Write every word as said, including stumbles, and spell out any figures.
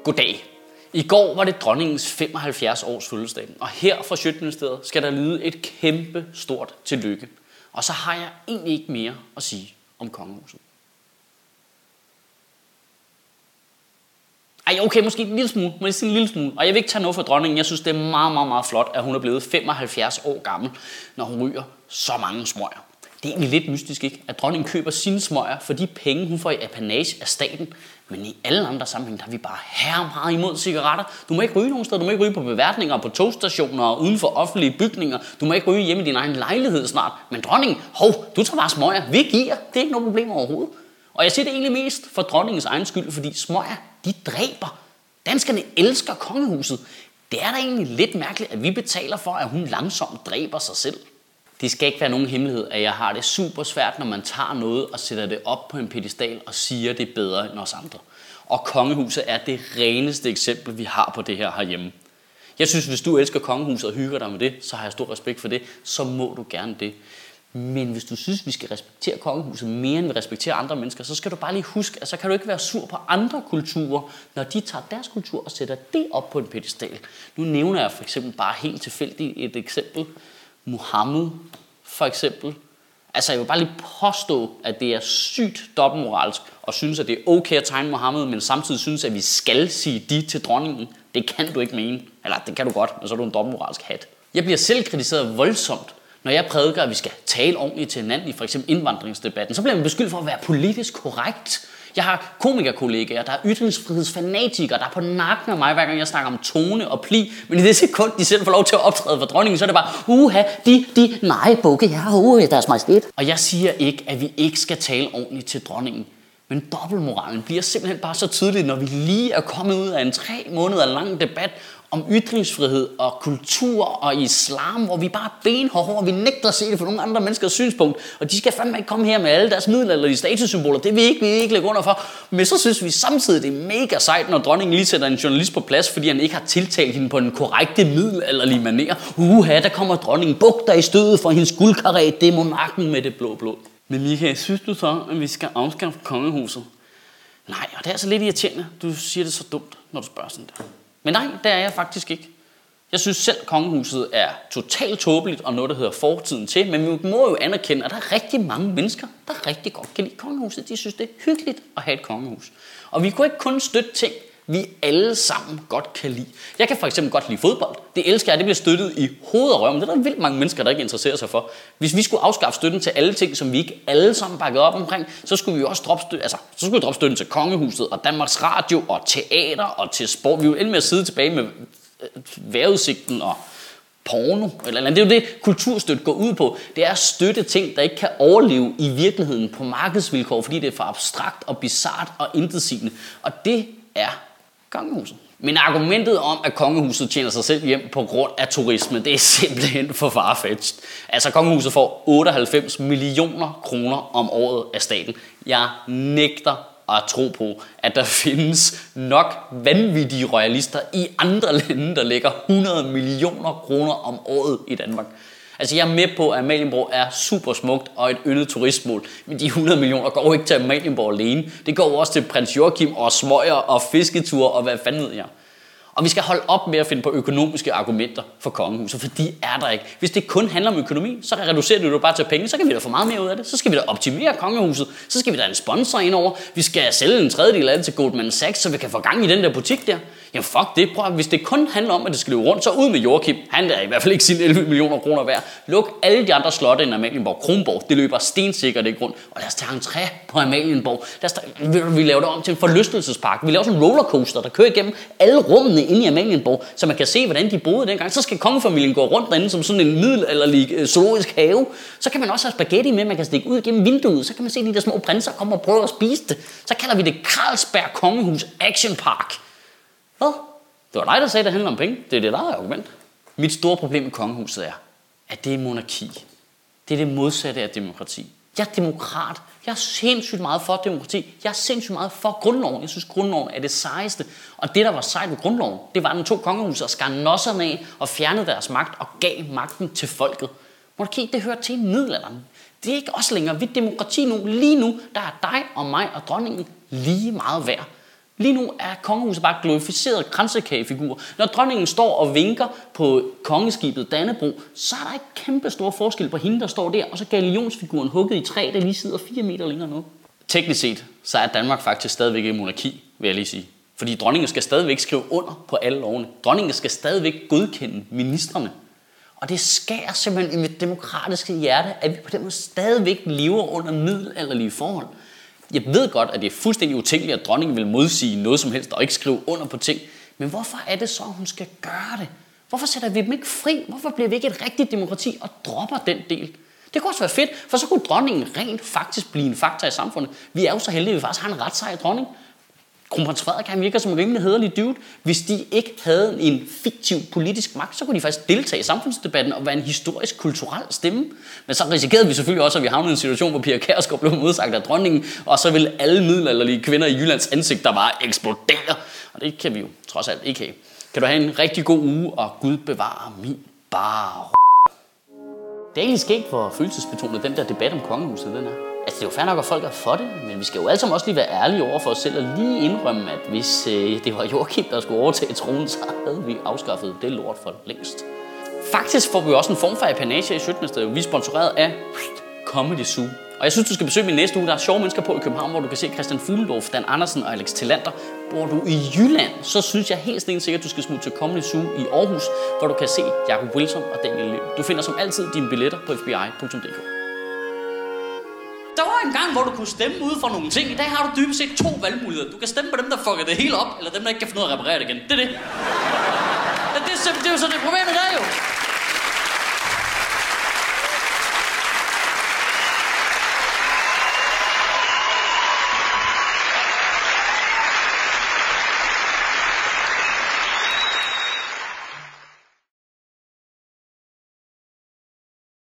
Goddag. I går var det dronningens femoghalvfjerds års fødselsdag, og her fra Sjøtministeriet skal der lyde et kæmpe stort tillykke. Og så har jeg egentlig ikke mere at sige om kongehuset. Ej, okay, måske en lille smule, må jeg sige en lille smule. Og jeg vil ikke tage noget for dronningen. Jeg synes, det er meget, meget, meget flot, at hun er blevet femoghalvfjerds år gammel, når hun ryger så mange smøger. Det er egentlig lidt mystisk, ikke? At dronningen køber sine smøger for de penge, hun får i apanage af staten. Men i alle andre sammenhæng, der er vi bare her meget imod cigaretter. Du må ikke ryge nogen steder. Du må ikke ryge på beværtninger, på togstationer og uden for offentlige bygninger. Du må ikke ryge hjemme i din egen lejlighed snart. Men dronningen, hov, du tager bare smøger. Vi giver. Det er ikke noget problem overhovedet. Og jeg siger det egentlig mest for dronningens egen skyld, fordi smøger, de dræber. Danskerne elsker kongehuset. Det er da egentlig lidt mærkeligt, at vi betaler for, at hun langsomt dræber sig selv. Det skal ikke være nogen hemmelighed, at jeg har det super svært, når man tager noget og sætter det op på en pedestal og siger, det er bedre end os andre. Og kongehuset er det reneste eksempel, vi har på det her herhjemme. Jeg synes, hvis du elsker kongehuset og hygger dig med det, så har jeg stor respekt for det, så må du gerne det. Men hvis du synes, vi skal respektere kongehuset mere end vi respekterer andre mennesker, så skal du bare lige huske, at så kan du ikke være sur på andre kulturer, når de tager deres kultur og sætter det op på en pedestal. Nu nævner jeg for eksempel bare helt tilfældigt et eksempel. Muhammed for eksempel. Altså jeg vil bare lige påstå, at det er sygt dobbeltmoralsk og synes, at det er okay at tegne Muhammed, men samtidig synes, at vi skal sige de til dronningen. Det kan du ikke mene. Eller det kan du godt, men så er du en dobbeltmoralsk hat. Jeg bliver selv kritiseret voldsomt, når jeg prædiker, at vi skal tale ordentligt til hinanden i for eksempel indvandringsdebatten. Så bliver man beskyldt for at være politisk korrekt. Jeg har komikerkollegaer, der er ytringsfrihedsfanatikere, der er på nakken af mig, hver gang jeg snakker om tone og pli. Men i det sekund, de selv får lov til at optræde for dronningen, så er det bare, uha, de, de, nej, bukke, ja, uha, deres majestæt. Og jeg siger ikke, at vi ikke skal tale ordentligt til dronningen. Men dobbeltmoralen bliver simpelthen bare så tydeligt, når vi lige er kommet ud af en tre måneder lang debat om ytringsfrihed og kultur og islam, hvor vi bare er benhårde, og vi nægter at se det for nogle andre menneskers synspunkt. Og de skal fandme ikke komme her med alle deres middelalderlige statussymboler. Det vil ikke, vi ikke lægge under for. Men så synes vi samtidig, det er mega sejt, når dronningen lige sætter en journalist på plads, fordi han ikke har tiltalt hende på den korrekte middelalderlige manér. Uha, der kommer dronningen bugter i stødet for hendes guldkaret. Det er monarken med det blå blod. Men Michael, synes du så, at vi skal afskaffe kongehuset? Nej, og det er altså lidt irriterende. Du siger det så dumt, når du spørger sådan der. Men nej, det er jeg faktisk ikke. Jeg synes selv, kongehuset er totalt tåbeligt og noget, der hedder fortiden til. Men vi må jo anerkende, at der er rigtig mange mennesker, der rigtig godt kan lide kongehuset. De synes, det er hyggeligt at have et kongehus. Og vi kunne ikke kun støtte ting, vi alle sammen godt kan lide. Jeg kan for eksempel godt lide fodbold. Det elsker jeg, det bliver støttet i hoved og røv. Men det er der vildt mange mennesker, der ikke interesserer sig for. Hvis vi skulle afskaffe støtten til alle ting, som vi ikke alle sammen bakkede op omkring, så skulle vi jo også droppe støtten, altså, så skulle vi droppe støtten til kongehuset og Danmarks Radio og teater og til sport. Vi ville ende med at sidde tilbage med vejrudsigten og porno. Eller, eller. Det er jo det, kulturstøtte går ud på. Det er at støtte ting, der ikke kan overleve i virkeligheden på markedsvilkår, fordi det er for abstrakt og bizart og intetsigende. Og det er kongehuset. Men argumentet om, at kongehuset tjener sig selv hjem på grund af turisme, det er simpelthen for farfetched. Altså, kongehuset får otteoghalvfems millioner kroner om året af staten. Jeg nægter at tro på, at der findes nok vanvittige royalister i andre lande, der lægger hundrede millioner kroner om året i Danmark. Altså, jeg er med på, at Amalienborg er super smukt og et yndet turistmål, men de hundrede millioner går jo ikke til Amalienborg alene. Det går jo også til prins Joachim og smøger og fisketure og hvad fanden ved jeg. Og vi skal holde op med at finde på økonomiske argumenter for kongehuset, for de er der ikke. Hvis det kun handler om økonomi, så reducerer det jo bare til penge, så kan vi da få meget mere ud af det. Så skal vi da optimere kongehuset, så skal vi da have en sponsor indover. Vi skal sælge en tredjedel af det til Goldman Sachs, så vi kan få gang i den der butik der. Jamen fuck det, prøv at, hvis det kun handler om, at det skal løbe rundt, så ud med Joachim. Han er i hvert fald ikke sine elleve millioner kroner værd. Luk alle de andre slotte i Amalienborg, Kronborg, det løber stensikkert ikke rundt. Og lad os tage entré på Amalienborg. Lad os tage, vi laver det om til en forlystelsespark. Vi laver sådan en rollercoaster, der kører igennem alle rummene inde i Amalienborg, så man kan se, hvordan de boede dengang. Så skal kongefamilien gå rundt derinde som sådan en middelalderlig zoologisk have. Så kan man også have spaghetti med, man kan stikke ud gennem vinduet. Så kan man se de der små prinser komme og prøve at spise det. Så kalder vi det Carlsberg Kongehus Action Park. Hvad? Det var dig, der sagde, at det handler om penge. Det er det, der er argument. Mit store problem med kongehuset er, at det er monarki. Det er det modsatte af demokrati. Jeg er demokrat. Jeg er sindssygt meget for demokrati. Jeg er sindssygt meget for grundloven. Jeg synes, grundloven er det sejeste. Og det, der var sejt ved grundloven, det var, at den tog kongehuset og skar nosserne af og fjernede deres magt og gav magten til folket. Monarki, det hører til middelalderen. Det er ikke os længere. Vi er demokrati nu. Lige nu, der er dig og mig og dronningen lige meget værd. Lige nu er kongehuset bare glorificeret kransekagefigur. Når dronningen står og vinker på kongeskibet Dannebrog, så er der ikke kæmpe stor forskel på hende, der står der, og så gallionsfiguren hugget i træ, der lige sidder fire meter længere nede. Teknisk set, så er Danmark faktisk stadigvæk en monarki, vil jeg lige sige. Fordi dronningen skal stadigvæk skrive under på alle lovene. Dronningen skal stadigvæk godkende ministrene. Og det skærer simpelthen i mit demokratiske hjerte, at vi på den måde stadigvæk lever under middelalderlige forhold. Jeg ved godt, at det er fuldstændig utænkeligt, at dronningen vil modsige noget som helst og ikke skrive under på ting. Men hvorfor er det så, at hun skal gøre det? Hvorfor sætter vi dem ikke fri? Hvorfor bliver vi ikke et rigtigt demokrati og dropper den del? Det kunne også være fedt, for så kunne dronningen rent faktisk blive en faktor i samfundet. Vi er jo så heldige, at vi faktisk har en retssejr dronning. Kronprins Frederik, han virker som en rimelig hæderlig dude. Hvis de ikke havde en fiktiv politisk magt, så kunne de faktisk deltage i samfundsdebatten og være en historisk, kulturel stemme. Men så risikerede vi selvfølgelig også, at vi havnede i en situation, hvor Pia Kjærsgaard blev modsagt af dronningen, og så ville alle middelalderlige kvinder i Jyllands ansigter bare eksplodere. Og det kan vi jo trods alt ikke have. Kan du have en rigtig god uge, og Gud bevare min bare. Det er egentlig skægt for følelsesbetonet, den der debat om kongehuset, den her. Altså, det er jo fair nok, at folk er for det, men vi skal jo alle sammen også lige være ærlige over for os selv og lige indrømme, at hvis øh, det var Joachim, der skulle overtage tronen, så havde vi afskaffet det lort for længst. Faktisk får vi også en form for apanage i Sjøtministeriet. Vi er sponsoreret af Comedy Zoo. Og jeg synes, du skal besøge min næste uge. Der er sjove mennesker på i København, hvor du kan se Christian Fuglendorf, Dan Andersen og Alex Tillander. Bor du i Jylland, så synes jeg helt stensikkert, at du skal smutte til Comedy Zoo i Aarhus, hvor du kan se Jacob Wilson og Daniel Lind. Du finder som altid dine billetter på f b i punktum d k. Der var en gang, hvor du kunne stemme ud for nogle ting. I dag har du dybest set to valgmuligheder. Du kan stemme på dem, der fucker det hele op, eller dem, der ikke kan finde ud af at reparere det igen. Det er det. Det er, det er jo så det problemet der jo.